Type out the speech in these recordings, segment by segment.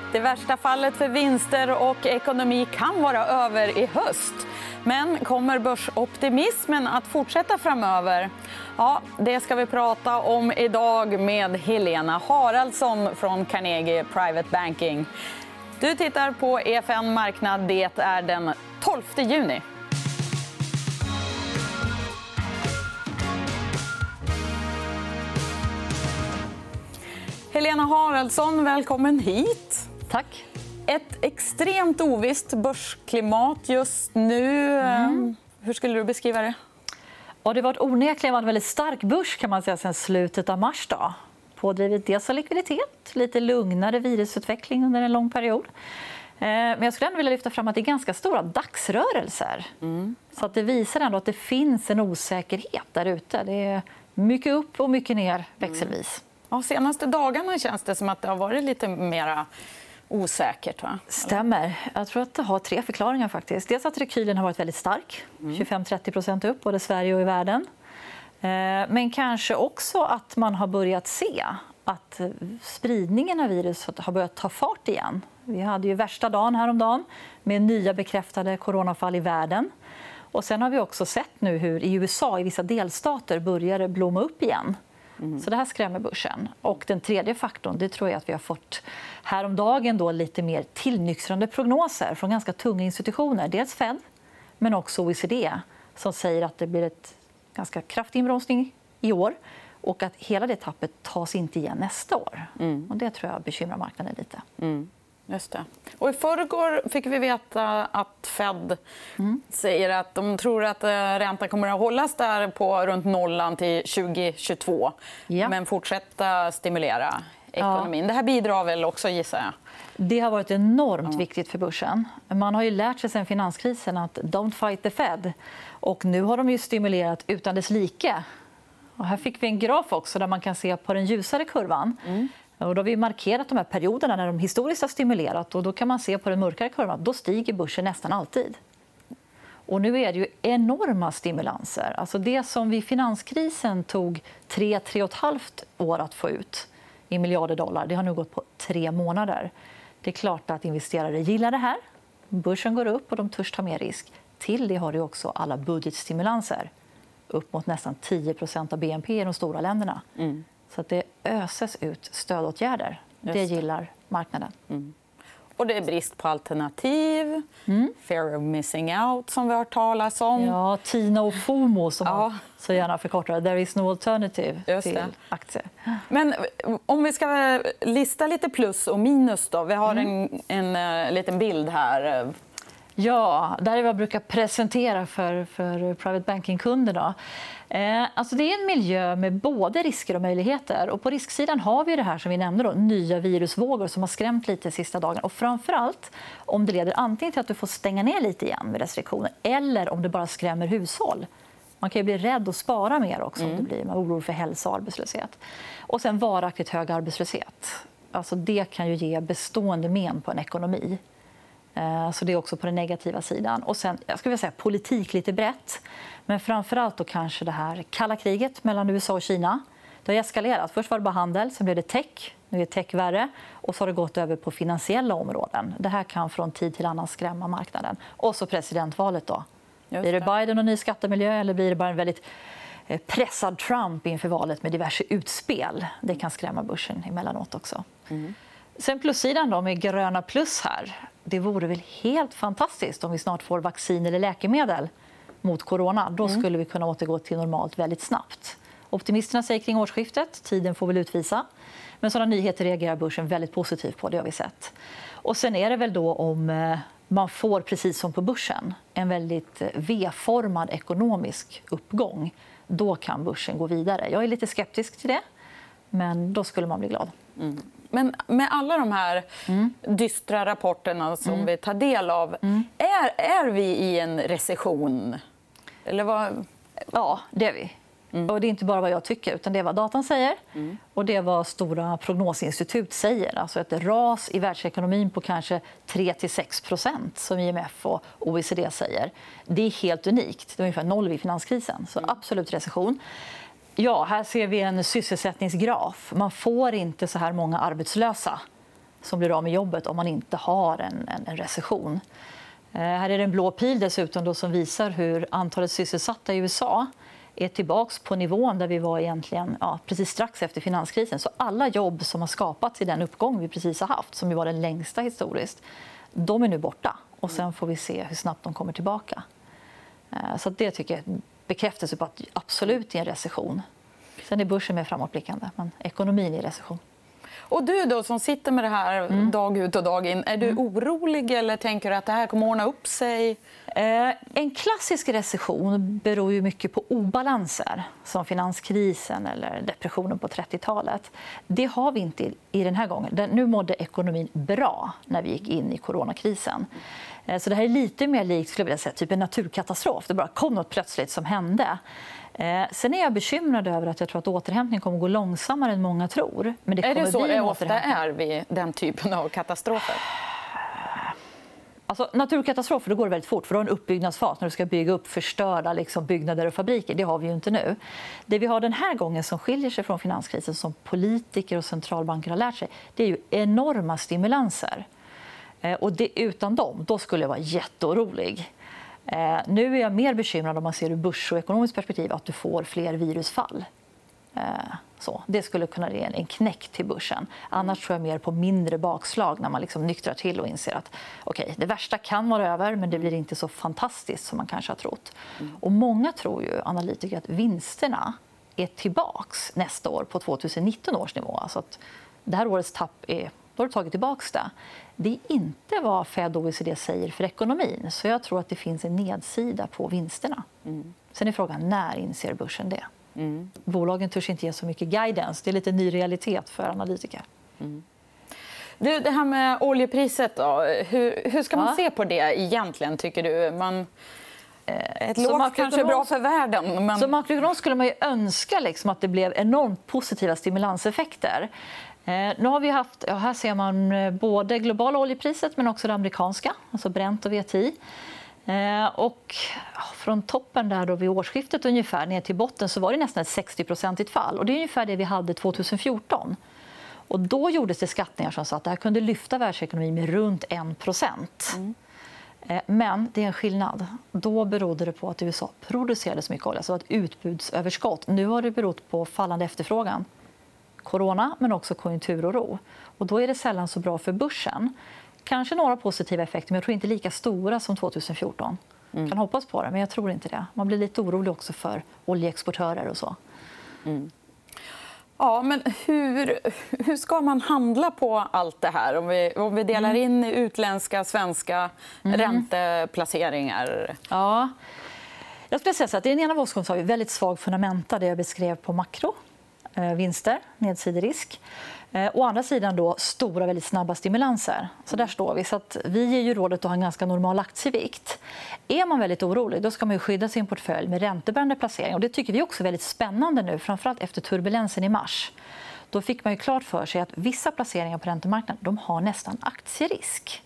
Det värsta fallet för vinster och ekonomi kan vara över i höst. Men kommer börsoptimismen att fortsätta framöver? Ja, det ska vi prata om idag med Helena Haraldsson från Carnegie Private Banking. Du tittar på EFN Marknad. Det är den 12 juni. Helena Haraldsson, välkommen hit. Tack. Ett extremt ovisst börsklimat just nu. Hur skulle du beskriva det? Ja, det har varit onekligen en väldigt stark börs kan man säga sedan slutet av mars. Då. Pådrivet dels av likviditet, lite lugnare virusutveckling under en lång period. Men jag skulle ändå vilja lyfta fram att det är ganska stora dagsrörelser. Så att det visar ändå att det finns en osäkerhet där ute. Det är mycket upp och mycket ner växelvis. Ja, senaste dagarna känns det som att det har varit lite mer osäkert. Va? Stämmer. Jag tror att det har 3 förklaringar. Faktiskt. Dels att rekylen har varit väldigt stark. 25-30% upp, både i Sverige och i världen. Men kanske också att man har börjat se att spridningen av viruset har börjat ta fart igen. Vi hade ju värsta dagen häromdagen med nya bekräftade coronafall i världen. Och sen har vi också sett nu hur i USA i vissa delstater börjar blomma upp igen. Så det här skrämmer börsen. Och den tredje faktorn, det tror jag att vi har fått häromdagen då lite mer tillnyktrande prognoser från ganska tunga institutioner. Dels Fed, men också OECD som säger att det blir ett ganska kraftig inbromsning i år och att hela det tappet tas inte igen nästa år. Och det tror jag bekymrar marknaden lite. Just det. Och i förrgår fick vi veta att Fed säger att de tror att räntan kommer att hållas där på runt nollan till 2022. Ja. Men fortsätta stimulera ekonomin. Ja. Det här bidrar väl också, gissar jag? Det har varit enormt viktigt för börsen. Man har ju lärt sig sedan finanskrisen att don't fight the Fed. Och nu har de ju stimulerat utan dess like. Och här fick vi en graf också där man kan se på den ljusare kurvan. Och då har vi markerat de här perioderna när de historiskt har stimulerat. Och då kan man se på den mörkare kurvan. Då stiger börsen nästan alltid. Och nu är det ju enorma stimulanser. Alltså det som vid finanskrisen tog 3-3,5 år att få ut i miljarder dollar. Det har nu gått på 3 månader. Det är klart att investerare gillar det här. Börsen går upp och de törs ta mer risk. Till det har det också alla budgetstimulanser. Upp mot nästan 10% av BNP i de stora länderna. Så att det öses ut stödåtgärder. Det gillar marknaden. Och det är brist på alternativ. Fear of missing out, som vi har hört talas om. Ja, TINA och FOMO, som man så gärna förkortar. There is no alternative till aktier. Men om vi ska lista lite plus och minus då. Vi har en liten bild här. Ja, där är vad jag brukar presentera för private banking-kunder. Alltså det är en miljö med både risker och möjligheter. Och på risksidan har vi det här som vi nämnde, då, nya virusvågor som har skrämt lite sista dagen. Och framförallt om det leder antingen till att du får stänga ner lite igen med restriktioner eller om det bara skrämmer hushåll. Man kan ju bli rädd och spara mer också om det blir oro för hälsa och arbetslöshet. Och sen varaktigt hög arbetslöshet. Alltså det kan ju ge bestående men på en ekonomi. Så det är också på den negativa sidan. Och sen, jag skulle vilja säga politik lite brett. Men framförallt då kanske det här kalla kriget mellan USA och Kina. Det har eskalerat. Först var det bara handel, sen blev det tech. Nu är tech värre. Och så har det gått över på finansiella områden. Det här kan från tid till annan skrämma marknaden. Och så presidentvalet då. Blir det Biden och ny skattemiljö eller blir det bara en väldigt pressad Trump inför valet med diverse utspel? Det kan skrämma börsen emellanåt också. Sen plussidan då med gröna plus här. Det vore väl helt fantastiskt om vi snart får vaccin eller läkemedel mot corona. Då skulle vi kunna återgå till normalt väldigt snabbt. Optimisterna säger kring årsskiftet. Tiden får väl utvisa. Men sådana nyheter reagerar börsen väldigt positivt på. Det har vi sett. Och sen är det väl då om man får, precis som på börsen, en väldigt V-formad ekonomisk uppgång. Då kan börsen gå vidare. Jag är lite skeptisk till det. Men då skulle man bli glad. Men med alla de här dystra rapporterna som vi tar del av, är vi i en recession? Eller vad? Ja, det är vi. Och det är inte bara vad jag tycker, utan det är vad datan säger. Och det är vad stora prognosinstitut säger. Alltså ett ras i världsekonomin på kanske 3-6% som IMF och OECD säger. Det är helt unikt. Det var ungefär 0 vid finanskrisen. Så absolut recession. Ja, här ser vi en sysselsättningsgraf. Man får inte så här många arbetslösa som blir av med jobbet om man inte har en recession. Här är det en blå pil dessutom då som visar hur antalet sysselsatta i USA är tillbaka på nivån där vi var egentligen precis strax efter finanskrisen. Så alla jobb som har skapats i den uppgång vi precis har haft, som ju var den längsta historiskt, de är nu borta. Och sen får vi se hur snabbt de kommer tillbaka. Så det tycker jag är en bekräftelse på att absolut är en recession. Sen är börsen mer framåtblickande, men ekonomin är i recession. Och du då som sitter med det här dag ut och dag in, är du orolig eller tänker du att det här kommer ordna upp sig? En klassisk recession beror ju mycket på obalanser som finanskrisen eller depressionen på 30-talet. Det har vi inte i den här gången. Nu mådde ekonomin bra när vi gick in i coronakrisen. Så det här är lite mer likt, skulle jag vilja säga, typ en naturkatastrof. Det bara kom något plötsligt som hände. Sen är jag bekymrad över att jag tror att återhämtningen kommer att gå långsammare än många tror. Men det kommer är det så bli det ofta är vid den typen av katastrofer? Alltså, naturkatastrofer, då går det väldigt fort. För då är en uppbyggnadsfas när du ska bygga upp förstörda byggnader och fabriker. Det har vi ju inte nu. Det vi har den här gången som skiljer sig från finanskrisen som politiker och centralbanker har lärt sig, det är ju enorma stimulanser. Och utan dem, då skulle jag vara jätteorolig. Nu är jag mer bekymrad om man ser ur börs- och ekonomiskt perspektiv att du får fler virusfall. Så, det skulle kunna ge en knäck till börsen. Annars tror jag mer på mindre bakslag när man nyktrar till och inser att det värsta kan vara över, men det blir inte så fantastiskt som man kanske har trott. Och många tror ju, analytiker, att vinsterna är tillbaks nästa år på 2019 års nivå. Alltså att det här årets tapp då har du tagit tillbaka det. Det är inte vad Fed och OECD säger för ekonomin. Så jag tror att det finns en nedsida på vinsterna. Sen är frågan, när inser börsen det? Bolagen törs inte ge så mycket guidance. Det är lite ny realitet för analytiker. Det här med oljepriset då. Hur ska man se på det egentligen, tycker du? Ett lågt kanske är bra för världen. Men... Som makroekonom skulle man ju önska att det blev enormt positiva stimulanseffekter. Nu har vi haft, här ser man både globala oljepriset men också det amerikanska, alltså Brent och WTI. Och från toppen där då vid årsskiftet ungefär ner till botten så var det nästan ett 60-procentigt fall. Och det är ungefär det vi hade 2014. Och då gjordes det skattningar som sa att det här kunde lyfta världsekonomin med runt 1%. Men det är en skillnad. Då berodde det på att USA producerade så mycket olja, så ett utbudsöverskott. Nu har det berott på fallande efterfrågan. Corona, men också konjunkturoro. Och då är det sällan så bra för börsen. Kanske några positiva effekter, men jag tror inte lika stora som 2014. Kan hoppas på det, men jag tror inte det. Man blir lite orolig också för oljeexportörer och så. Ja, men hur ska man handla på allt det här om vi delar in utländska, svenska ränteplaceringar? Ja. Jag skulle säga så att det är en ena av oss som har väldigt svag fundamenta, det jag beskrev på makro. Vinster, nedsiderisk. Å andra sidan då stora, väldigt snabba stimulanser. Så där står vi. Så att vi ger ju rådet att ha en ganska normal aktievikt. Är man väldigt orolig, då ska man ju skydda sin portfölj med räntebärande placering. Och det tycker vi också är väldigt spännande nu, framförallt efter turbulensen i mars. Då fick man ju klart för sig att vissa placeringar på räntemarknaden, de har nästan aktierisk.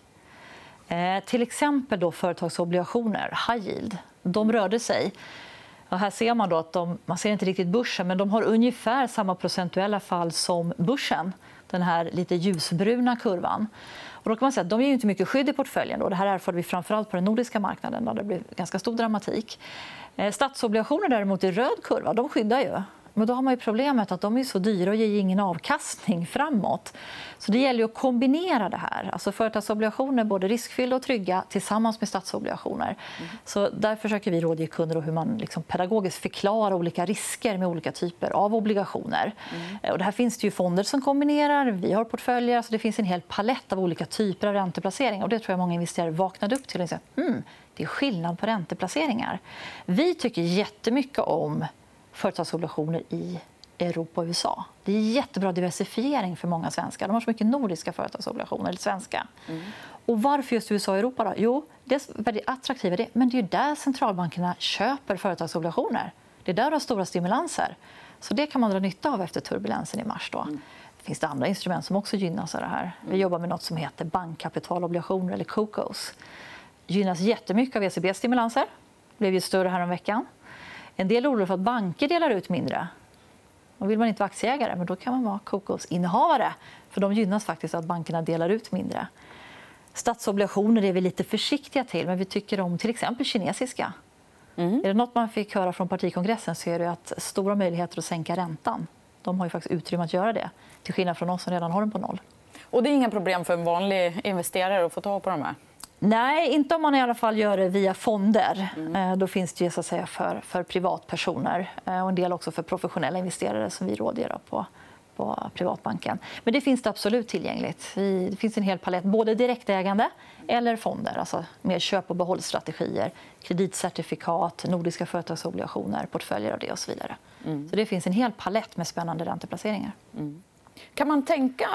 Till exempel då företagsobligationer, high yield. De rörde sig. Och här ser man då att man ser inte riktigt börsen, men de har ungefär samma procentuella fall som börsen. Den här lite ljusbruna kurvan. Och då kan man säga att de ger inte mycket skydd i portföljen. Då. Det här erfar vi framförallt på den nordiska marknaden där det blir ganska stor dramatik. Statsobligationer däremot i röd kurva, de skyddar ju. Men då har man ju problemet att de är så dyra och ger ingen avkastning framåt. Så det gäller ju att kombinera det här. Alltså företagsobligationer både riskfyllda och trygga tillsammans med statsobligationer. Så där försöker vi rådge kunder hur man pedagogiskt förklarar olika risker med olika typer av obligationer. Och det här finns det ju fonder som kombinerar. Vi har portföljer. Så det finns en hel palett av olika typer av ränteplaceringar. Och det tror jag många investerare vaknade upp till och säger, det är skillnad på ränteplaceringar. Vi tycker jättemycket om företagsobligationer i Europa och USA. Det är jättebra diversifiering för många svenskar. De har så mycket nordiska företagsobligationer, eller svenska. Och varför just USA och Europa då? Jo, det är väldigt attraktiva, men det är ju där centralbankerna köper företagsobligationer. Det är där de har stora stimulanser. Så det kan man dra nytta av efter turbulensen i mars då. Det finns det andra instrument som också gynnas av det här. Vi jobbar med något som heter bankkapitalobligationer eller CoCos. Gynnas jättemycket av ECB-stimulanser. Det blev ju större här om veckan. En del oroar för att banker delar ut mindre. Och vill man inte vara aktieägare, men då kan man vara Coco's-innehavare. För de gynnas faktiskt av att bankerna delar ut mindre. Statsobligationer är vi lite försiktiga till, men vi tycker om till exempel kinesiska. Är det något man fick höra från partikongressen så är det att stora möjligheter att sänka räntan. De har ju faktiskt utrymme att göra det, till skillnad från oss som redan har den på noll. Och det är inga problem för en vanlig investerare att få tag på de här? Nej, inte om man i alla fall gör det via fonder. Då finns det så att säga för privatpersoner och en del också för professionella investerare som vi rådger på privatbanken. Men det finns det absolut tillgängligt. Det finns en hel palett, både direktägande eller fonder, alltså mer köp- och behållsstrategier, kreditcertifikat, nordiska företagsobligationer, portföljer av det och så vidare. Så det finns en hel palett med spännande ränteplaceringar. Kan man tänka...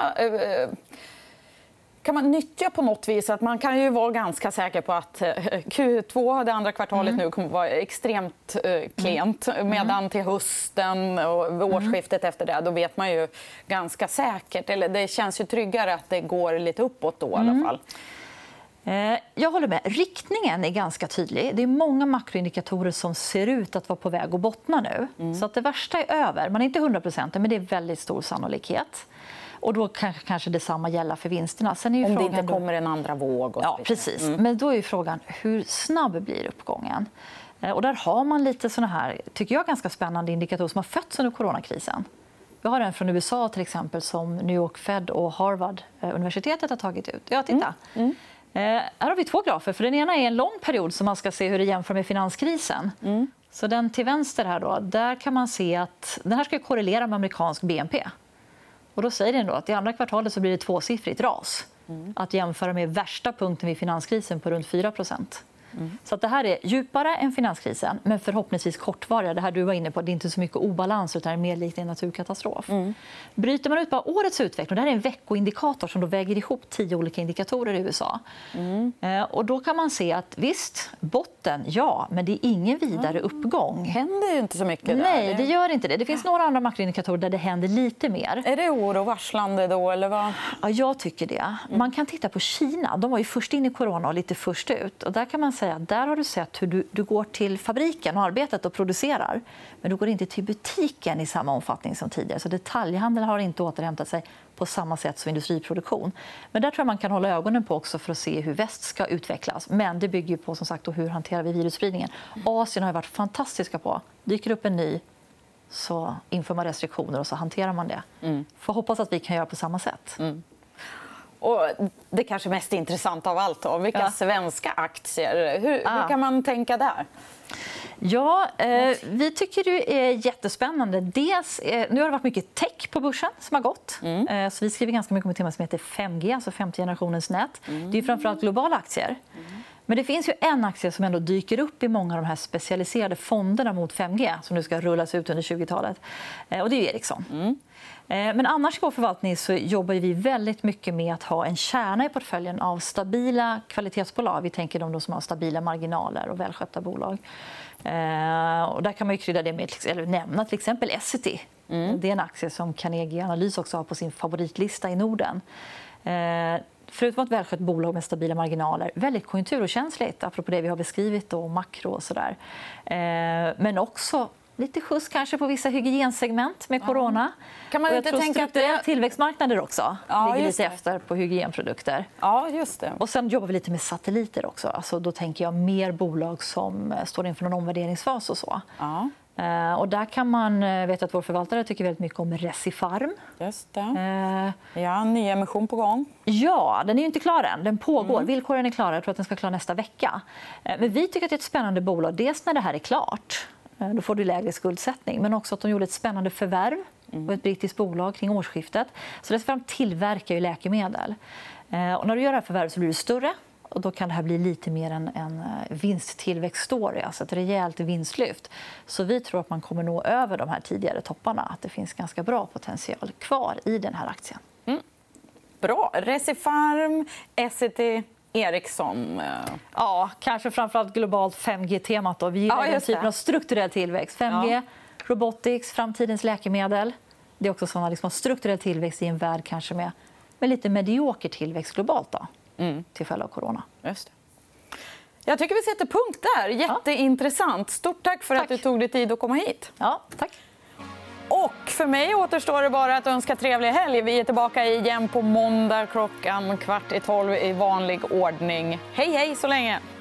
Kan man nyttja på något vis att man kan ju vara ganska säker på att Q2, det andra kvartalet nu, kommer att vara extremt klent. Medan till hösten och årsskiftet efter det, då vet man ju ganska säkert. Eller det känns ju tryggare att det går lite uppåt då i alla fall. Jag håller med. Riktningen är ganska tydlig. Det är många makroindikatorer som ser ut att vara på väg att bottna nu. Så att det värsta är över. Man är inte 100%, men det är väldigt stor sannolikhet. Och då kanske detsamma gälla för vinsterna. Sen är ju om frågan det inte kommer en andra våg. Och ja, precis. Men då är ju frågan hur snabb blir uppgången? Och där har man lite såna här, tycker jag, ganska spännande indikatorer som har fötts under coronakrisen. Vi har en från USA till exempel som New York Fed och Harvard-universitetet har tagit ut. Ja, titta. Här har vi två grafer. För den ena är en lång period som man ska se hur det jämför med finanskrisen. Så den till vänster här då, där kan man se att den här ska korrelera med amerikansk BNP. Och då säger den då att i andra kvartalet så blir det tvåsiffrigt ras. Att jämföra med värsta punkten vid finanskrisen på runt 4%. Så att det här är djupare än finanskrisen, men förhoppningsvis kortvarigare. Det här du var inne på, det är inte så mycket obalans utan är mer likt en naturkatastrof. Bryter man ut bara årets utveckling, det här är en veckoindikator som då väger ihop 10 olika indikatorer i USA. Och då kan man se att visst, botten, ja, men det är ingen vidare uppgång. Det händer ju inte så mycket där. Nej, det gör inte det. Det finns några andra makroindikatorer där det händer lite mer. Är det orovarslande då, eller vad? Ja, jag tycker det. Man kan titta på Kina. De var ju först in i corona och lite först ut. Och där kan man säga att där har du sett hur du går till fabriken och arbetet och producerar. Men du går inte till butiken i samma omfattning som tidigare. Så detaljhandeln har inte återhämtat sig på samma sätt som industriproduktion. Men där tror jag man kan hålla ögonen på också för att se hur väst ska utvecklas. Men det bygger ju på som sagt hur hanterar vi virusspridningen. Asien har ju varit fantastiska på. Dyker upp en ny så inför man restriktioner och så hanterar man det. Får hoppas att vi kan göra på samma sätt. Och det kanske mest intressanta av allt då, vilka svenska aktier. Hur kan man tänka där? Ja, vi tycker det är jättespännande. Dels, nu har det varit mycket tech på börsen som har gått. Så vi skriver ganska mycket om ett tema som heter 5G, alltså femte generationens nät. Det är framförallt globala aktier. Men det finns ju en aktie som ändå dyker upp i många av de här specialiserade fonderna mot 5G som nu ska rullas ut under 20-talet. Och det är Ericsson. Men annars i vår förvaltning så jobbar vi väldigt mycket med att ha en kärna i portföljen av stabila kvalitetsbolag. Vi tänker de som har stabila marginaler och välskötta bolag. Och där kan man ju krydda det med, eller nämna till exempel Essity. Det är en aktie som Carnegie Analys också har på sin favoritlista i Norden. Förutom ett välskött bolag med stabila marginaler, väldigt konjunkturokänsligt, apropå det vi har beskrivit, då, makro och sådär. Men också lite skjuts kanske på vissa hygiensegment med corona. Kan man inte tänka att det... tillväxtmarknader också ligger lite efter på hygienprodukter. Ja, just det. Och sen jobbar vi lite med satelliter också. Alltså, då tänker jag mer bolag som står inför någon omvärderingsfas och så. Och där kan man vet att vår förvaltare tycker väldigt mycket om Recipharm. Just det. Ja, ny emission på gång. Ja, den är ju inte klar än. Den pågår. Villkoren är klara. Jag tror att den ska klara nästa vecka. Men vi tycker att det är ett spännande bolag. Dels när det här är klart. Då får du lägre skuldsättning. Men också att de gjorde ett spännande förvärv och ett brittiskt bolag kring årsskiftet. Så Recipharm tillverkar ju läkemedel. Och när du gör det här förvärvet så blir det större. Och då kan det här bli lite mer en vinsttillväxtstory, alltså ett rejält vinstlyft. Så vi tror att man kommer nå över de här tidigare topparna. Att det finns ganska bra potential kvar i den här aktien. Bra. Recipharm, Essity, Ericsson. Ja, kanske framförallt globalt 5G-temat. Vi gillar den typen av strukturell tillväxt. 5G, robotics, framtidens läkemedel. Det är också sådana liksom strukturell tillväxt i en värld kanske med lite medioker tillväxt globalt då, till följd av corona. Just det. Jag tycker vi sätter punkt där. Jätteintressant. Stort tack för att du tog dig tid att komma hit. Ja, tack. Och för mig återstår det bara att önska trevlig helg. Vi är tillbaka igen på måndag 11:15 i vanlig ordning. Hej hej så länge!